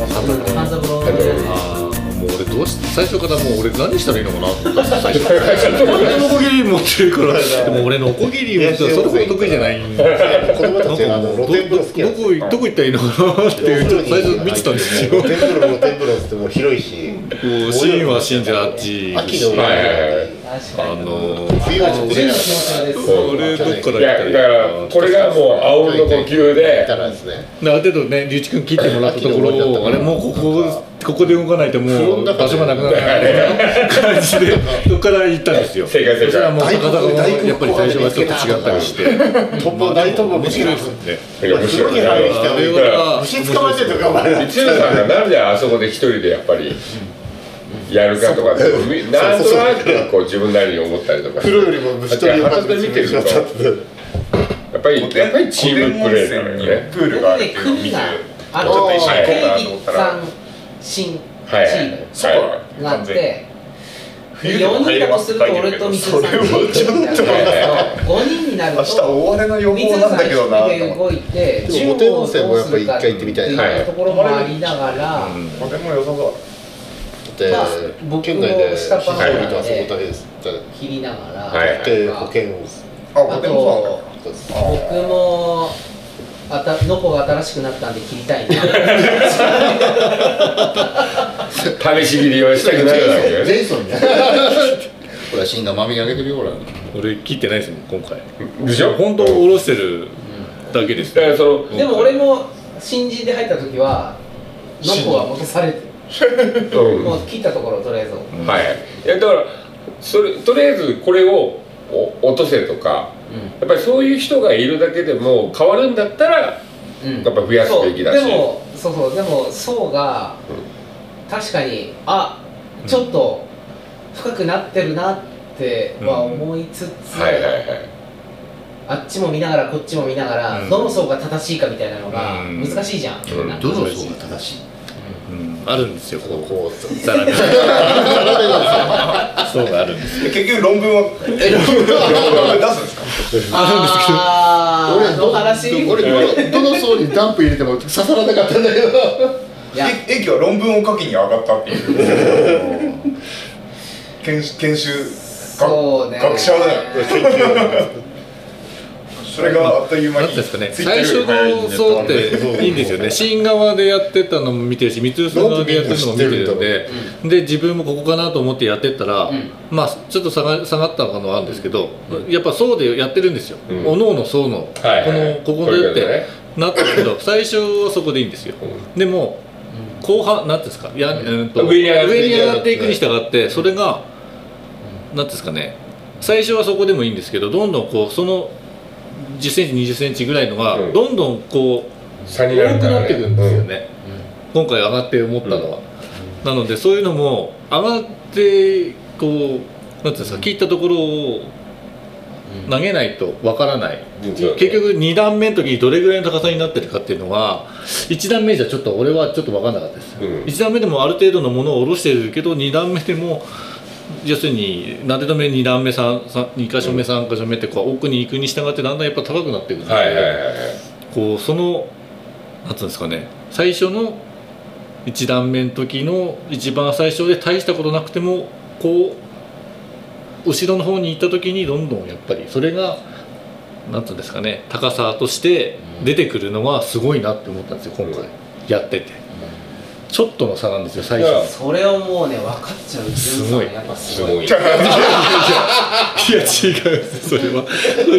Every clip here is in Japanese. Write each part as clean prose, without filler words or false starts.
半三郎のやつ。 もう俺どうして最初からもう俺何したらいいのかなと思って最初俺のおこぎり持ってるからでも俺のおこぎりはそれほど得意じゃないんで子供たちが露天風呂好きなんですよ。 どこ行ったらいいのかなっていうちょっと最初見てたんですよ。 露天風呂ってもう広いし、 こうシーンはシーンじゃあっち秋の冬はちょっとね、 俺どっから行ったらいいだからこれがもう青の呼吸でたらですね。 ある程度ね龍一君切ってもらったところをあれもうここで動かないともう場所がなくなるみたいな感じでそこから行ったんですよ。 正解そしたらもう高田がやっぱり最初はちょっと違ったりして大トンボ面白いですね。 風呂に入る人は虫捕まえてるとか一ノさんがなんであそこで一人でやっぱりやるかとかってなんとなくこう自分なりに思ったりとか風呂よりも虫取りを旗で見てるとやっぱりチームプレーだよね。 プールがあるっていうのを見て、ちょっと一緒に行こうかなと思ったら、 新チはいームがあって4人だとすると俺とみつるさんで5人になると明日大荒れの予報なんだけどなと思って。 動いてでも露天温泉もやっぱり一回行ってみたいなっていうところもありながら、 とても良さそうで僕県外でも下っ端勝利とあそこだけです。 切りながら、 で保険をだ。あ、とてもそうなんだ。 僕ものこが新しくなったんで切りたいな試し切りをしたくないわけよね。 ジェイソンみたいな。ほら芯がまみ上げてるよほら。 俺切ってないですもん今回。 でしょ。 本当下ろしてるだけです。 だからそのでも俺も新人で入った時はのこは戻されてる、もう切ったところとりあえず、 はい。いやだからとりあえずこれを落とせとか、やっぱりそういう人がいるだけでも変わるんだったら、やっぱ増やすべきだし。 でも層が確かにちょっと深くなってるなっては思いつつ、あっちも見ながらこっちも見ながら、どの層が正しいかみたいなのが難しいじゃん。 どの層が正しい？ あるんですよ。 こうザラメそうがあるんですよ。 結局論文は論文出すんですか？ 俺どの層にダンプ入れても刺さらなかったんだけど。 エキは論文を書きに上がったっていう研修学者だよ。それがあっという間になんですかね、最初の層っていいんですよね。新側でやってたのも見てるし、三つさん側でやってるのも見てるので、で自分もここかなと思ってやってったら、まあちょっと下がったのはあるんですけど、やっぱ層でやってるんですよ。おのおの層のここでってなったけど、最初はそこでいいんですよ。でも後半なんですか、上に上がっていくに従って、それがなんですかね、最初はそこでもいいんですけど、どんどんこうその10センチ20センチぐらいのがどんどんこう多くなっていくんですよね。今回上がって思ったのは、なのでそういうのも上がってこうなんていうんですか、切ったところを投げないとわからない。結局2段目の時にどれぐらいの高さになってるかっていうのは1段目じゃちょっと俺はちょっと分かんなかったです。1段目でもある程度のものを下ろしてるけど、2段目でも要するになで止め2段目2箇所目3箇所目ってこう奥に行くに従ってだんだんやっぱ高くなっていくので、こうそのなんていうんですかね、最初の1段目の時の一番最初で大したことなくてもこう後ろの方に行った時にどんどんやっぱりそれがなんていうんですかね、高さとして出てくるのはすごいなって思ったんですよ今回やってて。ちょっとの差なんですよ最初。 それをもうね分かっちゃう。 すごい。 やっぱすごい。いや違う。それは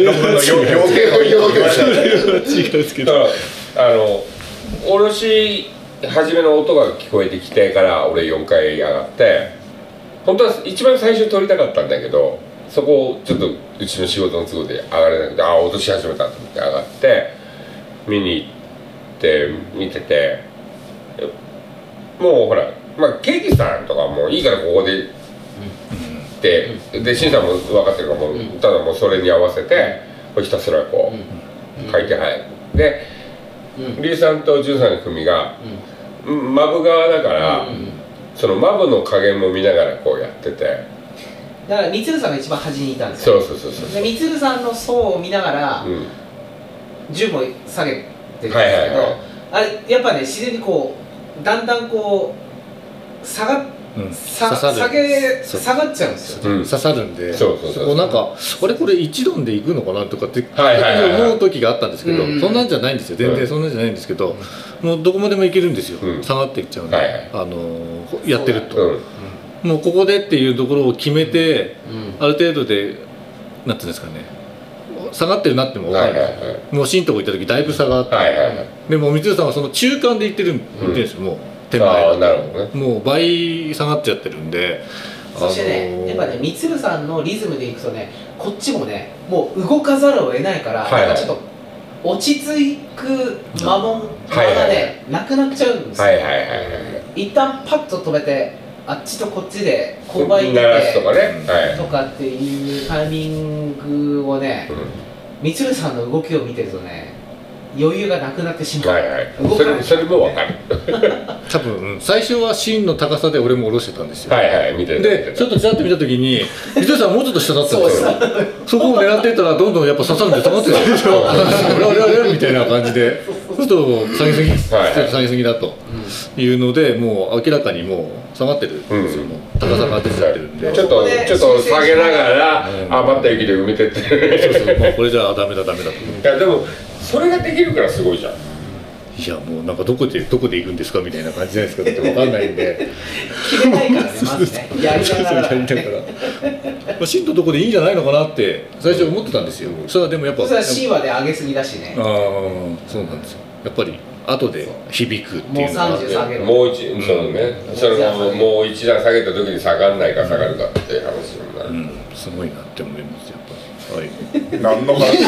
違うんですけど。 下ろし初めの音が聞こえてきてから俺4回上がって、本当は一番最初撮りたかったんだけど、そこをちょっとうちの仕事の都合で上がれなくて、落とし始めたと思って上がって見に行って見てて。もうほら、ケイキさんとかもういいからここでってで、シンさんも分かってるからもうただもうそれに合わせてひたすらこう回転早くで、リュウさんとジュンさんの組がマブ側だから、そのマブの加減も見ながらこうやってて、 だからみつるさんが一番端にいたんですよ。そうでみつるさんの層を見ながら10も下げてるんですけど、あれやっぱね自然にこうだんだんこう下がっ下がっちゃうんですよ。 刺さるんで、 そうなんかこれ一段でいくのかなとかって思う時があったんですけど、そんなんじゃないんですよ。全然そんなんじゃないんですけど、もうどこまでもいけるんですよ。下がっていっちゃうんで、やってると、もうここでっていうところを決めて、ある程度でなんていうんですかね、下がってるなっても分かる。もう芯のとこ行った時だいぶ下がって、でも光代さんはその中間で言ってるんですよ。もう手前もう倍下がっちゃってるんで、 そしてね、やっぱね、満さんのリズムでいくとね、こっちもね、もう動かざるを得ないから、なんかちょっと落ち着く間がね、なくなっちゃうんですよ。一旦パッと止めて、あっちとこっちで勾配入れてとかっていうタイミングをね、満さんの動きを見てるとね、余裕がなくなってしまう。 それも分かる。 多分最初は芯の高さで俺も下ろしてたんですよ。でちょっとちらっと見た時に水谷さんもうちょっと下だったんですよ。そこを狙ってったらどんどんやっぱ刺さるんで下がってたんですよ。みたいな感じで、そうすると下げすぎだというので、もう明らかにもう下がってるんですよ。高さが出ちゃってるんで、 ちょっと下げながら余った雪で埋めてってる。 これじゃダメだと。 いやでもそれができるからすごいじゃん。 いやもうなんかどこで行くんですかみたいな感じじゃないですかって分かんないんで決めないからね、まずね、やりながら芯のとこでいいんじゃないのかなって最初思ってたんですよ。それはでもやっぱそれは芯はで上げすぎだしね。 ああそうなんですよ。やっぱり後で響くっていうのがあって、 もう一段下げた時に下がらないか下がるかっていう話になる。 すごいなって思いますよ。 何の話？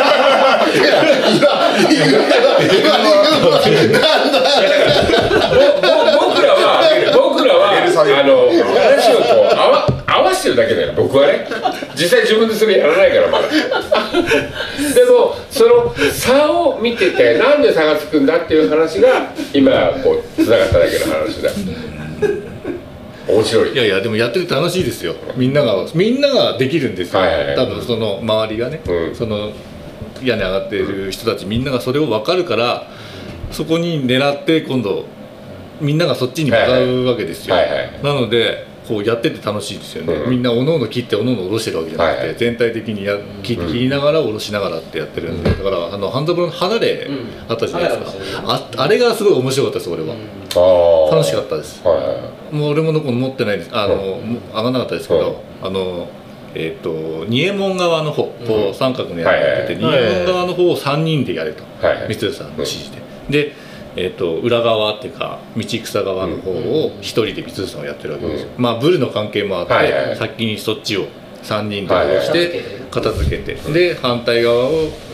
僕らは話をこう合わせてるだけだよ。僕はね、実際自分でそれやらないからまだ。でもその差を見てて、なんで差がつくんだっていう話が今こうつながっただけの話だ。面白い。 いやでもやってて楽しいですよ。みんなができるんですよ。多分その周りがね、その屋根上がっている人たちみんながそれを分かるから、そこに狙って今度みんながそっちに向かうわけですよ。なのでこうやってて楽しいですよね。みんなおのおの切っておのおの下ろしてるわけじゃなくて、全体的に切りながら下ろしながらってやってるんで、だから半三郎の離れあったじゃないですか。あれがすごい面白かったです。俺は楽しかったです。もう俺も残ってないです。上がらなかったですけど、仁右衛門側の方、こう三角のやってて、仁右衛門側の方を3人でやれと光代さんの指示で。裏側っていうか道草側の方を1人で光代さんはやってるわけですよ。まあブルの関係もあって、先にそっちを3人で下ろして片付けて、で反対側を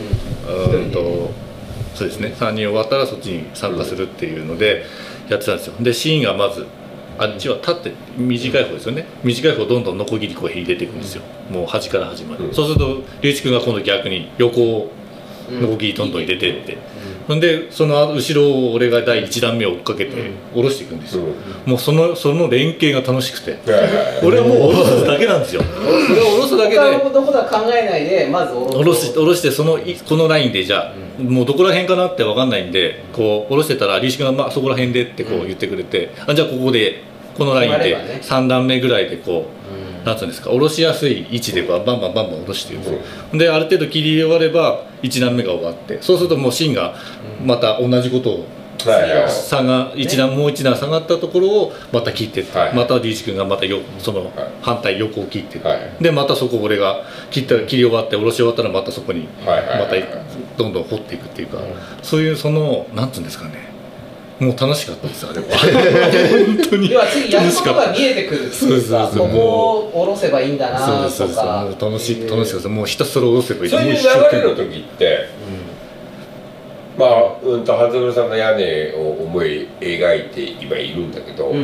そうですね、3人終わったらそっちに参加するっていうのでやってたんですよ。でシーンがまずあっちは立って短い方ですよね。短い方どんどんノコギリこう入れていくんですよ。もう端から端まで。そうすると龍一君が今度逆に横をノコギリどんどん入れてって、ほんでその後ろを俺が第1段目を追っかけて下ろしていくんですよ。もうその連携が楽しくて、俺はもう下ろすだけなんですよ。俺は下ろすだけで他のことは考えないでまず下ろしてこのラインでじゃあもうどこら辺かなって分かんないんで、こう下ろしてたら龍一君がそこら辺でってこう言ってくれて、じゃあここでこのラインで3段目ぐらいでこうなんつうんですか、下ろしやすい位置でバンバン下ろしていく。である程度切り終われば1段目が終わって、そうするともう芯がまた同じことをもう一段下がったところをまた切ってって、また龍一君がまたその反対横を切ってって、でまたそこ俺が切り終わって下ろし終わったらまたそこにまたどんどん掘っていくっていうか、そういうそのなんつうんですかね、もう楽しかったですあれは。本当に要は次やることが見えてくるっていうか、ここを下ろせばいいんだなとか、 もう楽しかった。もうひたすら下ろせばいい。 そういう流れの時ってまあ初室さんの屋根を思い描いて今いるんだけど、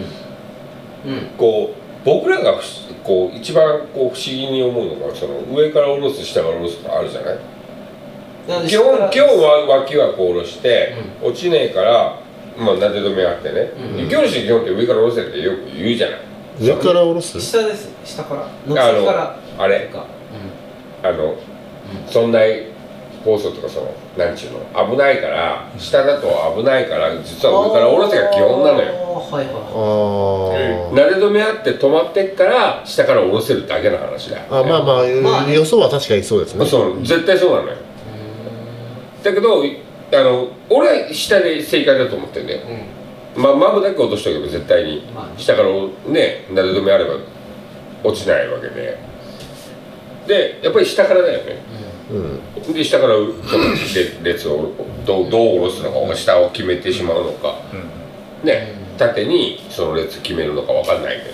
こう僕らがこう一番こう不思議に思うのが、その上から下ろす下から下ろすとかあるじゃない。基本は脇はこう下ろして落ちねえからまあなで止めあってね、雪下ろし基本って上から下ろせってよく言うじゃない。 上から下ろす？ 下です。下から。の先から。 あれそんな高層とか何ちゅうの危ないから下だと危ないから実は上から下ろせが基本なのよ。 はいはい。 慣れ止めあって止まってっから下から下ろせるだけの話だよ、ね。 まあ予想は確かにそうですね。 そう絶対そうなのよ。だけど俺は下で正解だと思ってるんだよ。マブだけ落としておけば絶対に下からね慣れ止めあれば落ちないわけで。でやっぱり下からだよね。で下から列をどう下ろすのか下を決めてしまうのか、ね縦にその列決めるのかわかんないけ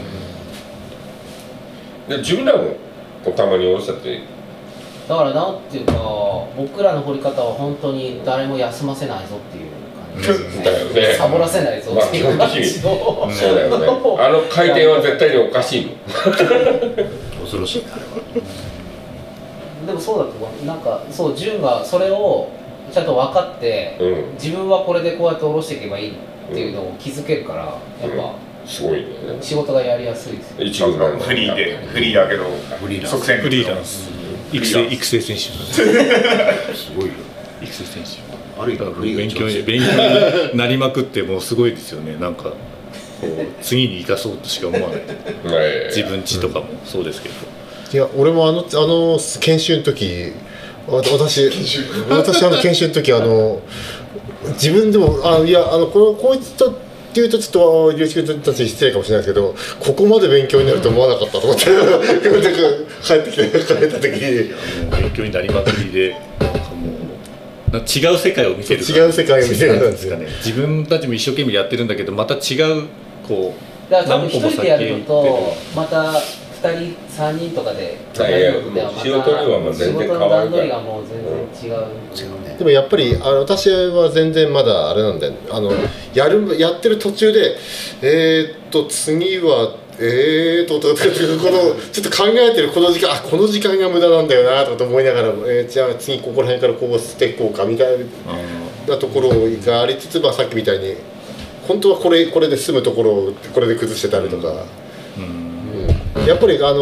ど、で自分らもたまに下ろしたってだからなんていうか僕らの掘り方は本当に誰も休ませないぞっていう感じですね。 だよね。 サボらせないぞっていう感じの。 そうだよね。回転は絶対におかしいの。 恐ろしいなあれは。 でもそうだと思う。なんかそう潤がそれをちゃんと分かって、自分はこれでこうやって下ろしていけばいいっていうのを気づけるから、やっぱすごいね。 仕事がやりやすいですよ。 一軍のフリーだけど即戦力。 フリーランス育成選手。すごいよ。 育成選手。 ある意味勉強になりまくってもうすごいですよね。なんかこう次に生かそうとしか思わない。自分家とかもそうですけど。 いや俺も研修の時私研修の時自分でもこいつとっていうとちょっと龍一君たち失礼かもしれないですけどここまで勉強になると思わなかったと思って帰った時に勉強になりまくりで違う世界を見せるんですかね。自分たちも一生懸命やってるんだけどまた違うこうだから多分一人でやるのとまた2人3人とかでやるのではまた仕事の段取りがもう全然違う。 でもやっぱり私は全然まだあれなんでやってる途中で次はとかこのちょっと考えてるこの時間が無駄なんだよなとか思いながらじゃあ次ここら辺からこうしていこうかみたいなところがありつつさっきみたいに本当はこれで済むところをこれで崩してたりとか。やっぱりか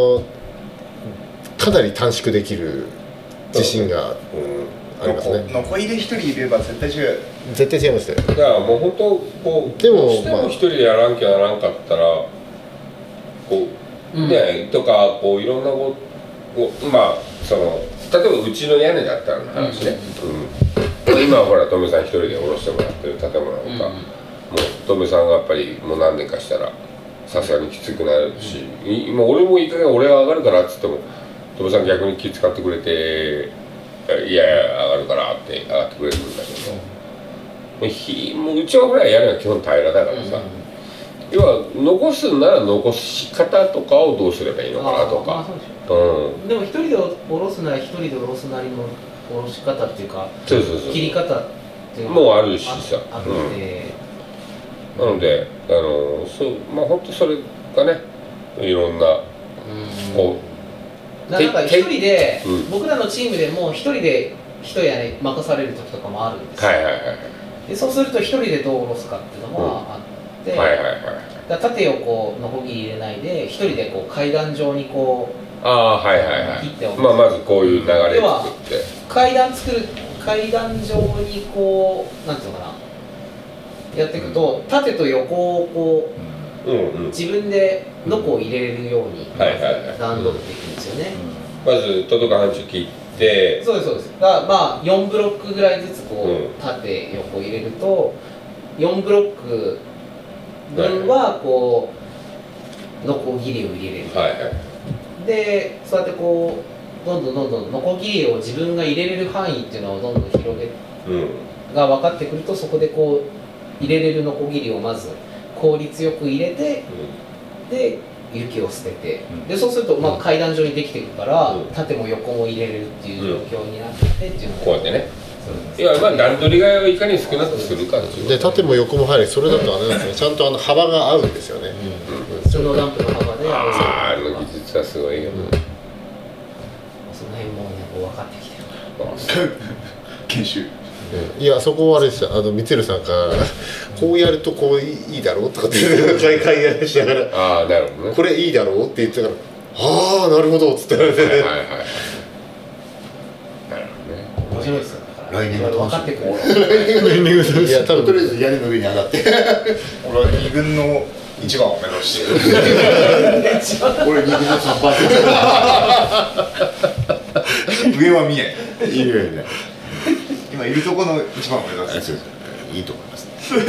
なり短縮できる自信がありますね。 残りで一人いれば絶対違う。 絶対違いますよ。 だからもう本当こうでも一人でやらんきゃならんかったらこうねとかこういろんなまあ例えばうちの屋根だったらの話ね。今はほらトメさん一人で下ろしてもらってる建物なんかもうトメさんがやっぱりもう何年かしたら。さすがにきつくなるし、今俺もいい加減俺は上がるからっつってもトメさん逆に気使ってくれていや上がるからって上がってくれるんだけどもううちはほら屋根は基本平らだからさ、要は残すなら残し方とかをどうすればいいのかなとか。 でも一人で下ろすなら一人で下ろすなりの下ろし方っていうか切り方っていうのもあるしさあって。 なのでまあ本当それがねいろんなこうなんか一人で僕らのチームでも一人で一屋根任される時とかもあるんですよ。でそうすると一人でどう下ろすかっていうのもあって縦横のこぎり入れないで一人でこう階段状にこう切っておく。 まずこういう流れを作って階段状にこうなんていうのかなやっていくと縦と横をこう自分でノコを入れれるように段取っていくんですよね。 まず届く範疇切ってそうですがまあ4ブロックぐらいずつこう縦横入れると4ブロック分はこうノコギリを入れれる。でそうやってこうどんどんノコギリを自分が入れれる範囲っていうのをどんどん広げが分かってくるとそこでこう入れれるノコギリをまず効率よく入れて、で雪を捨てて、でそうするとまあ階段状にできていくから、縦も横も入れれるっていう状況になってっていうのこうやってね。いやまあ段取りがいをいかに少なくするかっていう。 で縦も横も入るそれだとあれなんですね。ちゃんと幅が合うんですよね。 普通のランプの幅で。 あの技術はすごいよ。 その辺もね分かってきてる。 研修。 いやそこはあれですよみつるさんからこうやるとこういいだろうとかって会話しながらなるほどね、 これいいだろうって言ってたからなるほどっつって言われてなるほどね。 白いですよ。 来年が分かってくる。 いや多分とりあえず屋根の上に上がって俺は2軍の1番を目指して俺2軍の3番上は見えいいよね今いるとこの1番を目指していいと思います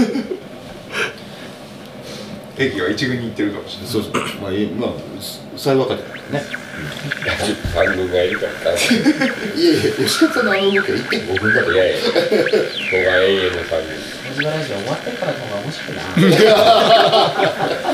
駅が1軍に行ってるかもしれない。 そうそうまあ最若手だからね 3軍がいるからいや吉田さんのあの動きは 1.5 分だといやいやここが永遠の3軍ラジオ終わってからの方が面白いな。